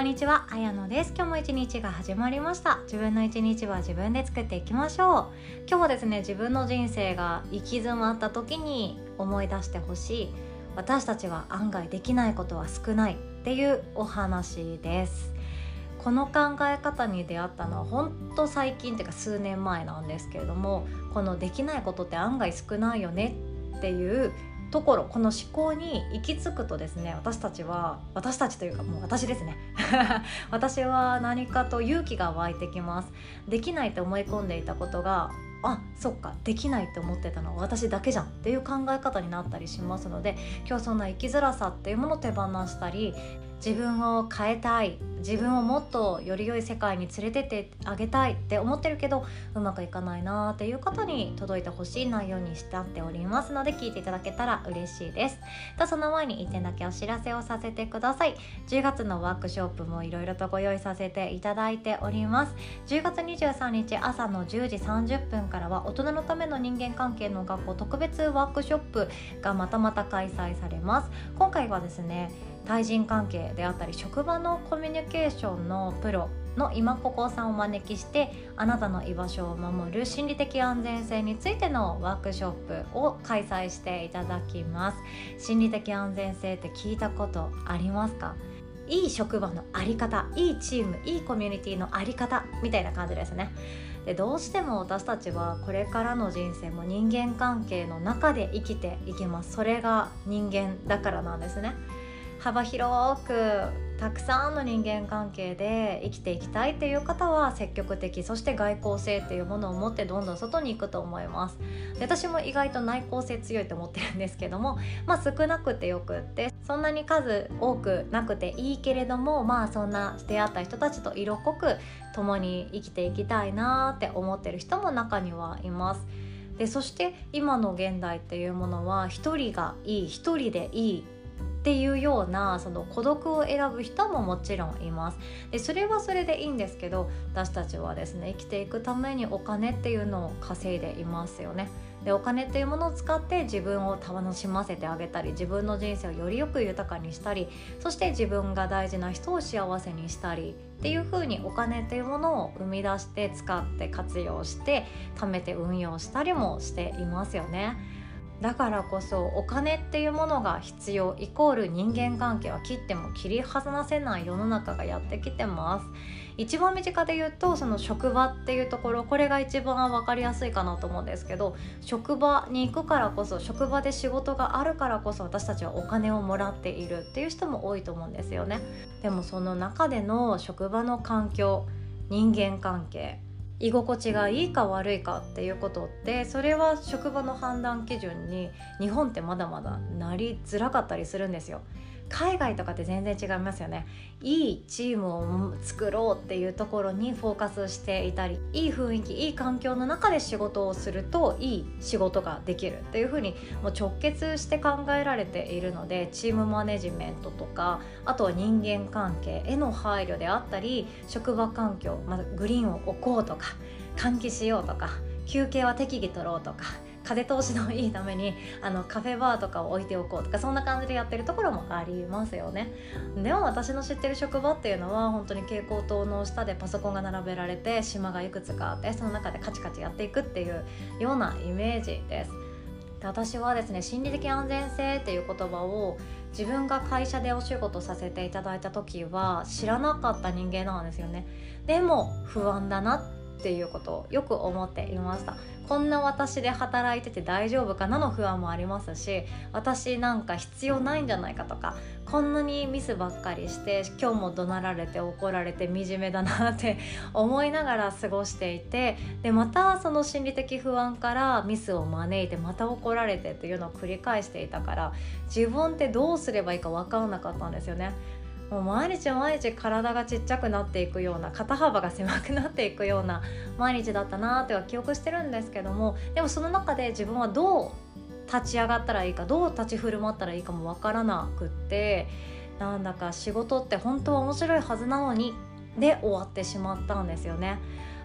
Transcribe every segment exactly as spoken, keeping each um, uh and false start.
こんにちは、あやのです。今日も一日が始まりました。自分の一日は自分で作っていきましょう。今日はですね、自分の人生が行き詰まった時に思い出してほしい、私たちは案外できないことは少ないっていうお話です。この考え方に出会ったのは本当最近っていうか数年前なんですけれども、このできないことって案外少ないよねっていうところ、この思考に行き着くとですね、私たちは私たちというかもう私ですね私は何かと勇気が湧いてきます。できないと思い込んでいたことが、あ、そっか、できないって思ってたのは私だけじゃんっていう考え方になったりしますので、今日そんな生きづらさっていうものを手放したり、自分を変えたい、自分をもっとより良い世界に連れてってあげたいって思ってるけどうまくいかないなっていう方に届いてほしい内容にしてっておりますので、聞いていただけたら嬉しいです。とその前にいってんだけお知らせをさせてください。じゅうがつのワークショップもいろいろとご用意させていただいております。じゅうがつにじゅうさんにち朝のじゅうじさんじゅっぷんからは大人のための人間関係の学校特別ワークショップがまたまた開催されます。今回はですね、対人関係であったり職場のコミュニケーションのプロの今ここさんをお招きして、あなたの居場所を守る心理的安全性についてのワークショップを開催していただきます。心理的安全性って聞いたことありますか？いい職場のあり方、いいチーム、いいコミュニティのあり方みたいな感じですね。でどうしても私たちはこれからの人生も人間関係の中で生きていきます。それが人間だからなんですね。幅広くたくさんの人間関係で生きていきたいっていう方は積極的、そして外交性っていうものを持ってどんどん外に行くと思います。で私も意外と内向性強いと思ってるんですけども、まあ少なくてよくって、そんなに数多くなくていいけれども、まあそんな出会った人たちと色濃く共に生きていきたいなって思ってる人も中にはいます。でそして今の現代っていうものは一人がいい、一人でいいっていうような、その孤独を選ぶ人ももちろんいます。でそれはそれでいいんですけど、私たちはですね、生きていくためにお金っていうのを稼いでいますよね。でお金っていうものを使って自分を楽しませてあげたり、自分の人生をよりよく豊かにしたり、そして自分が大事な人を幸せにしたりっていう風に、お金っていうものを生み出して使って活用して貯めて運用したりもしていますよね。だからこそお金っていうものが必要イコール人間関係は切っても切り離せない世の中がやってきてます。一番身近で言うとその職場っていうところ、これが一番分かりやすいかなと思うんですけど、職場に行くからこそ、職場で仕事があるからこそ私たちはお金をもらっているっていう人も多いと思うんですよね。でもその中での職場の環境、人間関係、居心地がいいか悪いかっていうことって、それは職場の判断基準に日本ってまだまだなりづらかったりするんですよ。海外とかって全然違いますよね。いいチームを作ろうっていうところにフォーカスしていたり、いい雰囲気、いい環境の中で仕事をするといい仕事ができるっていうふうにもう直結して考えられているので、チームマネジメントとか、あとは人間関係への配慮であったり、職場環境、まあ、グリーンを置こうとか、換気しようとか、休憩は適宜取ろうとか、風通しのいいためにあのカフェバーとかを置いておこうとか、そんな感じでやってるところもありますよね。でも私の知ってる職場っていうのは本当に蛍光灯の下でパソコンが並べられて、島がいくつかあって、その中でカチカチやっていくっていうようなイメージです。で私はですね、心理的安全性っていう言葉を自分が会社でお仕事させていただいた時は知らなかった人間なんですよね。でも不安だなっていうことをよく思っていました。こんな私で働いてて大丈夫かなの不安もありますし、私なんか必要ないんじゃないかとか、こんなにミスばっかりして今日も怒鳴られて怒られて惨めだなって思いながら過ごしていて、でまたその心理的不安からミスを招いてまた怒られてっていうのを繰り返していたから、自分ってどうすればいいか分からなかったんですよね。もう毎日毎日体がちっちゃくなっていくような、肩幅が狭くなっていくような毎日だったなっては記憶してるんですけども、でもその中で自分はどう立ち上がったらいいか、どう立ち振る舞ったらいいかもわからなくって、なんだか仕事って本当は面白いはずなのにで終わってしまったんですよね。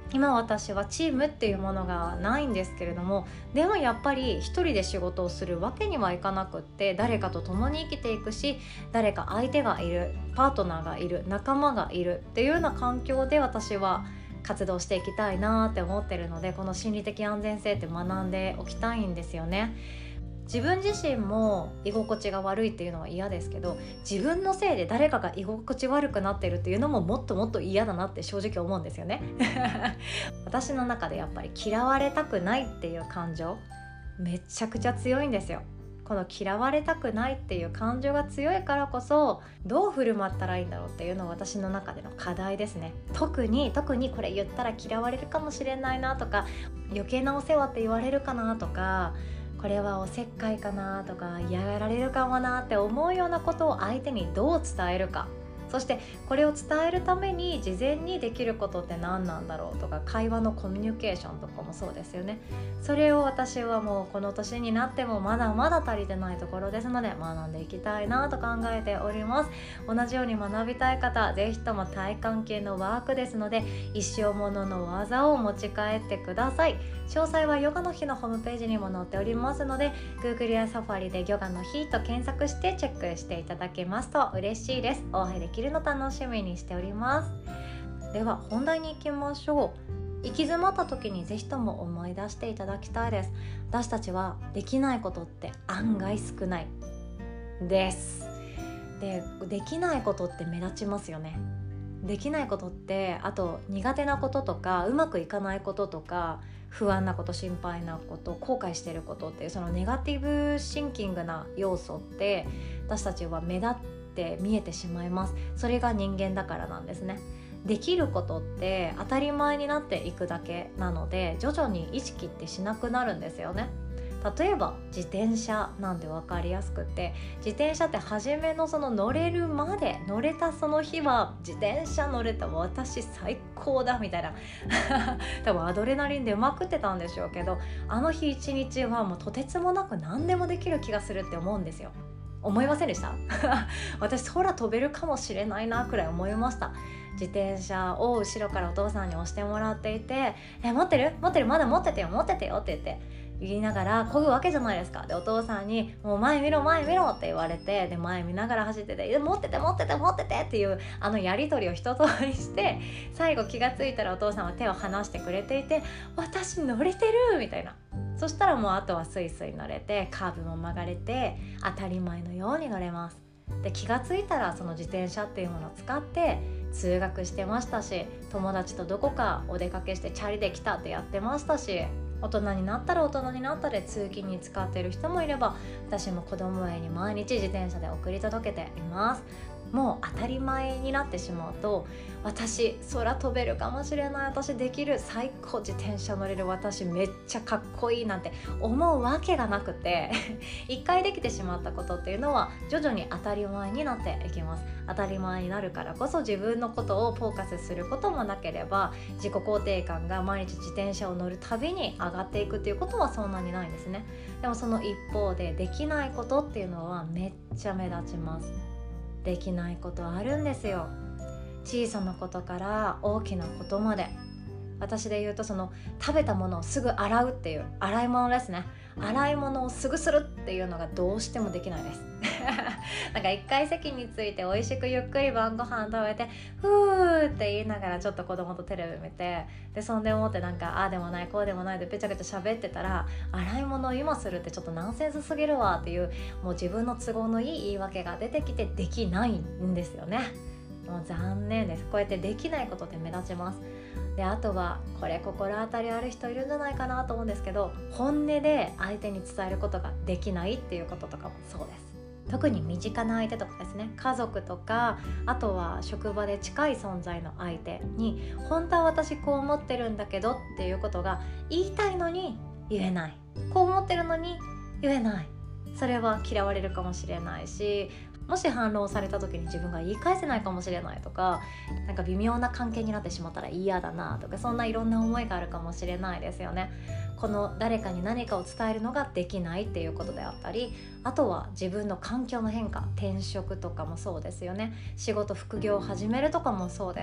今私はチームっていうものがないんですけれども、でもやっぱり一人で仕事をするわけにはいかなくって、誰かと共に生きていくし、誰か相手がいる、パートナーがいる、仲間がいるっていうような環境で私は活動していきたいなって思ってるので、この心理的安全性って学んでおきたいんですよね。自分自身も居心地が悪いっていうのは嫌ですけど、自分のせいで誰かが居心地悪くなってるっていうのももっともっと嫌だなって正直思うんですよね私の中でやっぱり嫌われたくないっていう感情めちゃくちゃ強いんですよ。この嫌われたくないっていう感情が強いからこそ、どう振る舞ったらいいんだろうっていうのは私の中での課題ですね。特に特にこれ言ったら嫌われるかもしれないなとか、余計なお世話って言われるかなとか、これはおせっかいかなとか、嫌がられるかもなって思うようなことを相手にどう伝えるか、そしてこれを伝えるために事前にできることって何なんだろうとか、会話のコミュニケーションとかもそうですよね。それを私はもうこの年になってもまだまだ足りてないところですので、学んでいきたいなと考えております。同じように学びたい方、ぜひとも体幹系のワークですので、一生ものの技を持ち帰ってください。詳細はヨガの日のホームページにも載っておりますので、 Google や Safari でヨガの日と検索してチェックしていただけますと嬉しいです。お会いできるの楽しみにしております。では本題に行きましょう。行き詰まった時にぜひとも思い出していただきたいです。私たちはできないことって案外少ないです。で、できないことって目立ちますよね。できないことって、あと苦手なこととか、うまくいかないこととか、不安なこと、心配なこと、後悔していることっていう、そのネガティブシンキングな要素って私たちは目立って見えてしまいます。それが人間だからなんですね。できることって当たり前になっていくだけなので、徐々に意識ってしなくなるんですよね。例えば自転車なんて分かりやすくって、自転車って初めのその乗れるまで、乗れたその日は自転車乗れた私最高だみたいな多分アドレナリン出まくってたんでしょうけど、あの日一日はもうとてつもなく何でもできる気がするって思うんですよ。思いませんでした私空飛べるかもしれないなくらい思いました。自転車を後ろからお父さんに押してもらっていて、え持ってる持ってるまだ持っててよ持っててよって言って言いながら漕ぐわけじゃないですか。でお父さんにもう前見ろ前見ろって言われて、で前見ながら走ってて、持ってて持ってて持っててっていうあのやり取りを一通りして、最後気がついたらお父さんは手を離してくれていて、私乗れてるみたいな。そしたらもうあとはスイスイ乗れて、カーブも曲がれて当たり前のように乗れます。で気がついたらその自転車っていうものを使って通学してましたし、友達とどこかお出かけしてチャリで来たってやってましたし、大人になったら大人になったで通勤に使っている人もいれば、私も子供園に毎日自転車で送り届けています。もう当たり前になってしまうと、私空飛べるかもしれない、私できる、最高自転車乗れる、私めっちゃかっこいいなんて思うわけがなくて一回できてしまったことっていうのは徐々に当たり前になっていきます。当たり前になるからこそ、自分のことをフォーカスすることもなければ、自己肯定感が毎日自転車を乗るたびに上がっていくっていうことはそんなにないんですね。でもその一方でできないことっていうのはめっちゃ目立ちます。できないことあるんですよ。小さなことから大きなことまで。私で言うと、その食べたものをすぐ洗うっていう洗い物ですね。洗い物をすぐするっていうのがどうしてもできないですなんか一回席について美味しくゆっくり晩ご飯食べてふーって言いながらちょっと子供とテレビ見て、でそんで思ってなんかああでもないこうでもないでぺちゃくちゃ喋ってたら、洗い物を今するってちょっとナンセンスすぎるわっていう、もう自分の都合のいい言い訳が出てきてできないんですよね。もう残念です。こうやってできないことって目立ちます。であとはこれ心当たりある人いるんじゃないかなと思うんですけど、本音で相手に伝えることができないっていうこととかもそうです。特に身近な相手とかですね、家族とか、あとは職場で近い存在の相手に、本当は私こう思ってるんだけどっていうことが言いたいのに言えない、こう思ってるのに言えない、それは嫌われるかもしれないし、もし反論された時に自分が言い返せないかもしれないとか、なんか微妙な関係になってしまったら嫌だなとか、そんないろんな思いがあるかもしれないですよね。この誰かに何かを伝えるのができないっていうことであったり、あとは自分の環境の変化、転職とかもそうですよね。仕事副業を始めるとかもそうです。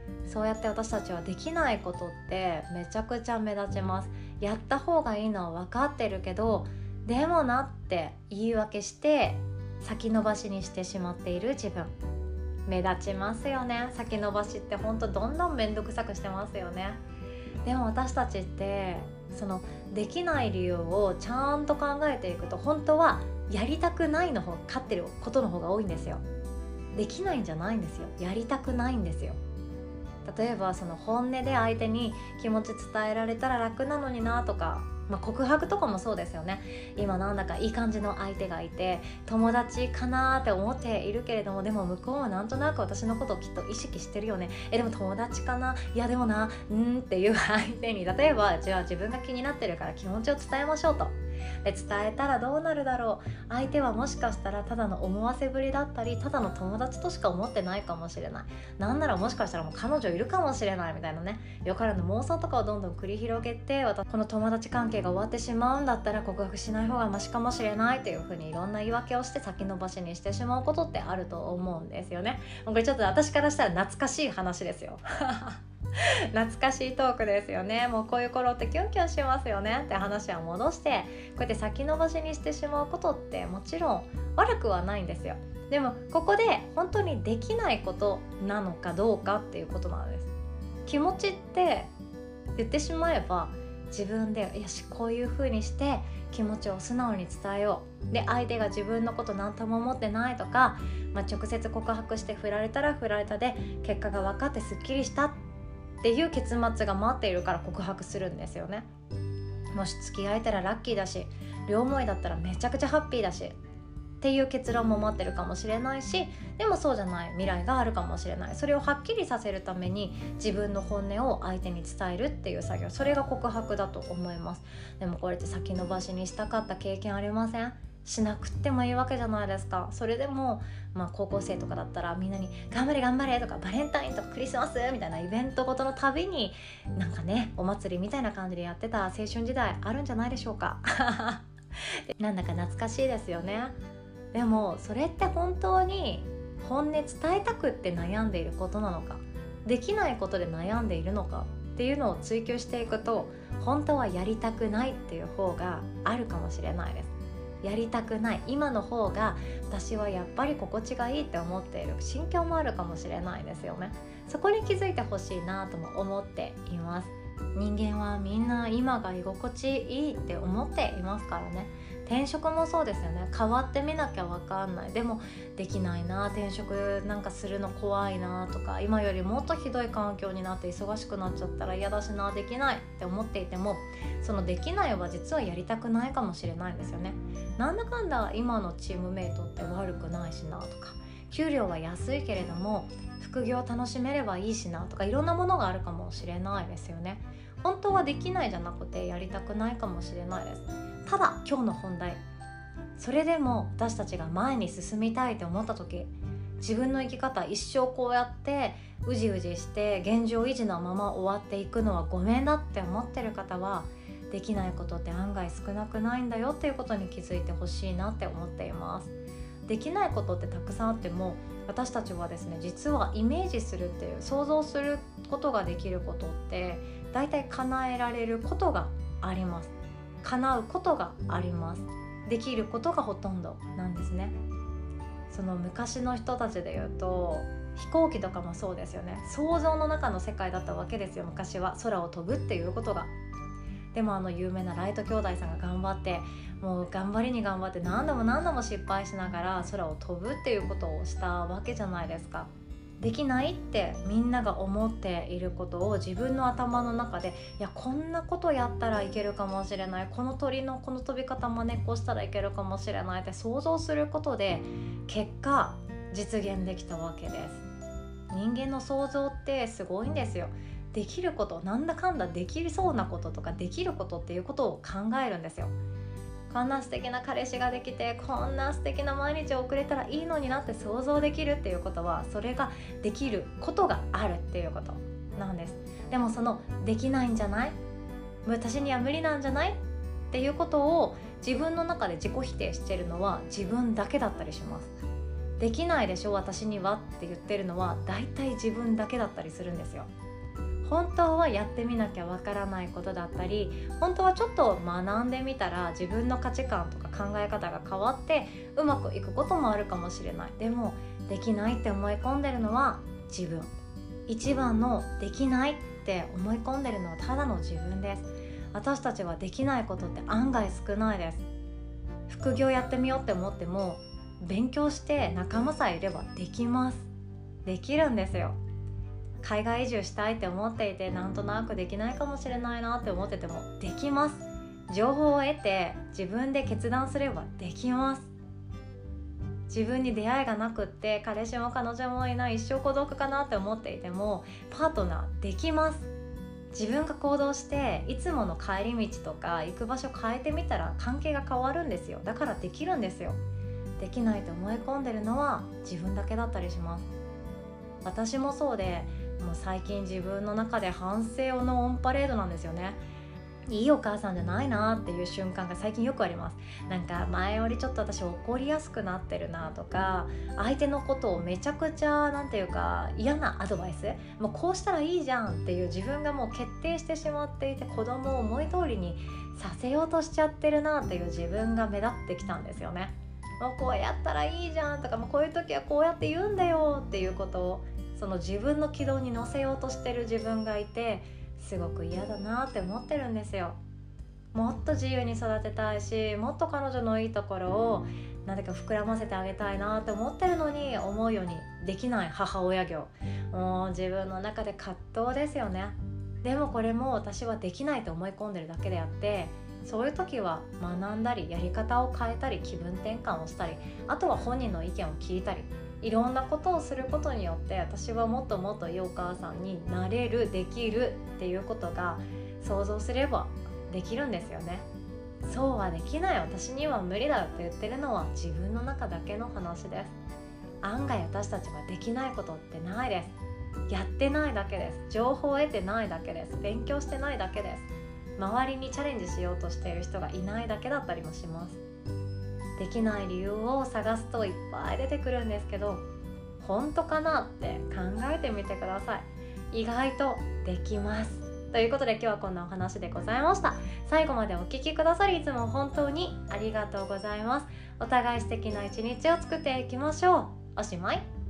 そうやって私たちはできないことってめちゃくちゃ目立ちます。やった方がいいのは分かってるけど、でもなって言い訳して先延ばしにしてしまっている自分、目立ちますよね。先延ばしってほんとどんどんめんどくさくしてますよね。でも私たちってそのできない理由をちゃんと考えていくと、本当はやりたくないの方が勝ってることの方が多いんですよ。できないんじゃないんですよ、やりたくないんですよ。例えばその本音で相手に気持ち伝えられたら楽なのになとか、まあ、告白とかもそうですよね。今なんだかいい感じの相手がいて友達かなって思っているけれども、でも向こうはなんとなく私のことをきっと意識してるよね。えでも友達かな、いやでもなうんっていう相手に、例えばじゃあ自分が気になってるから気持ちを伝えましょうと。で伝えたらどうなるだろう。相手はもしかしたらただの思わせぶりだったり、ただの友達としか思ってないかもしれない。なんならもしかしたらもう彼女いるかもしれないみたいなね、よからぬ妄想とかをどんどん繰り広げて、この友達関係が終わってしまうんだったら告白しない方がマシかもしれないというふうにいろんな言い訳をして先延ばしにしてしまうことってあると思うんですよね。これちょっと私からしたら懐かしい話ですよ懐かしいトークですよね。もうこういう頃ってキュンキュンしますよねって話は戻して、こうやって先延ばしにしてしまうことってもちろん悪くはないんですよ。でもここで本当にできないことなのかどうかっていうことなんです。気持ちって言ってしまえば自分でよしこういう風にして気持ちを素直に伝えよう。で相手が自分のこと何とも思ってないとか、まあ、直接告白して振られたら振られたで結果が分かってすっきりしたっていう結末が待っているから告白するんですよね。もし付き合えたらラッキーだし、両思いだったらめちゃくちゃハッピーだしっていう結論も待ってるかもしれないし、でもそうじゃない未来があるかもしれない。それをはっきりさせるために自分の本音を相手に伝えるっていう作業、それが告白だと思います。でもこれって先延ばしにしたかった経験ありません？しなくってもいいわけじゃないですか。それでも、まあ、高校生とかだったらみんなに頑張れ頑張れとかバレンタインとかクリスマスみたいなイベントごとのたびになんかねお祭りみたいな感じでやってた青春時代あるんじゃないでしょうかなんだか懐かしいですよね。でもそれって本当に本音伝えたくって悩んでいることなのか、できないことで悩んでいるのかっていうのを追求していくと、本当はやりたくないっていう方があるかもしれないです。やりたくない今の方が私はやっぱり心地がいいって思っている心境もあるかもしれないですよね。そこに気づいてほしいなとも思っています。人間はみんな今が居心地いいって思っていますからね。転職もそうですよね。変わってみなきゃ分かんない。でもできないな、転職なんかするの怖いなとか、今よりもっとひどい環境になって忙しくなっちゃったら嫌だしな、できないって思っていても、そのできないは実はやりたくないかもしれないんですよね。なんだかんだ今のチームメイトって悪くないしなとか、給料は安いけれども副業楽しめればいいしなとか、いろんなものがあるかもしれないですよね。本当はできないじゃなくてやりたくないかもしれないです。ただ今日の本題、それでも私たちが前に進みたいと思った時、自分の生き方一生こうやってうじうじして現状維持のまま終わっていくのはごめんだって思ってる方は、できないことって案外少なくないんだよっていうことに気づいてほしいなって思っています。できないことってたくさんあっても、私たちはですね、実はイメージするっていう、想像することができることってだいたい叶えられることがあります。叶うことがあります。できることがほとんどなんですね。その昔の人たちで言うと飛行機とかもそうですよね。想像の中の世界だったわけですよ、昔は。空を飛ぶっていうことが。でもあの有名なライト兄弟さんが頑張って、もう頑張りに頑張って何度も何度も失敗しながら空を飛ぶっていうことをしたわけじゃないですか。できないってみんなが思っていることを自分の頭の中で、いやこんなことやったらいけるかもしれない、この鳥のこの飛び方真似っこしたらいけるかもしれないって想像することで結果実現できたわけです。人間の想像ってすごいんですよ。できること、なんだかんだできそうなこととかできることっていうことを考えるんですよ。こんな素敵な彼氏ができて、こんな素敵な毎日を送れたらいいのになって想像できるっていうことは、それができることがあるっていうことなんです。でもそのできないんじゃない、私には無理なんじゃないっていうことを自分の中で自己否定してるのは自分だけだったりします。 できないでしょ私にはって言ってるのはだいたい自分だけだったりするんですよ。本当はやってみなきゃわからないことだったり、本当はちょっと学んでみたら自分の価値観とか考え方が変わってうまくいくこともあるかもしれない。でもできないって思い込んでるのは自分。一番のできないって思い込んでるのはただの自分です。私たちはできないことって案外少ないです。副業やってみようって思っても勉強して仲間さえいればできます。できるんですよ。海外移住したいって思っていてなんとなくできないかもしれないなって思っててもできます。情報を得て自分で決断すればできます。自分に出会いがなくって彼氏も彼女もいない、一生孤独かなって思っていてもパートナーできます。自分が行動していつもの帰り道とか行く場所変えてみたら関係が変わるんですよ。だからできるんですよ。できないと思い込んでるのは自分だけだったりします。私もそうで、もう最近自分の中で反省のオンパレードなんですよね。いいお母さんじゃないなっていう瞬間が最近よくあります。なんか前よりちょっと私怒りやすくなってるなとか、相手のことをめちゃくちゃなんていうか嫌なアドバイス、もうこうしたらいいじゃんっていう自分がもう決定してしまっていて、子供を思い通りにさせようとしちゃってるなっていう自分が目立ってきたんですよね。もうこうやったらいいじゃんとか、もうこういう時はこうやって言うんだよっていうことを、その自分の軌道に乗せようとしてる自分がいて、すごく嫌だなって思ってるんですよ。もっと自由に育てたいし、もっと彼女のいいところをなぜか膨らませてあげたいなって思ってるのに、思うようにできない母親業、もう自分の中で葛藤ですよね。でもこれも私はできないと思い込んでるだけであって、そういう時は学んだりやり方を変えたり気分転換をしたり、あとは本人の意見を聞いたり、いろんなことをすることによって私はもっともっといいお母さんになれる、できるっていうことが想像すればできるんですよね。そうはできない、私には無理だよって言ってるのは自分の中だけの話です。案外私たちはできないことってないです。やってないだけです。情報を得てないだけです。勉強してないだけです。周りにチャレンジしようとしている人がいないだけだったりもします。できない理由を探すといっぱい出てくるんですけど、本当かなって考えてみてください。意外とできます。ということで今日はこんなお話でございました。最後までお聞きくださりいつも本当にありがとうございます。お互い素敵な一日を作っていきましょう。おしまい。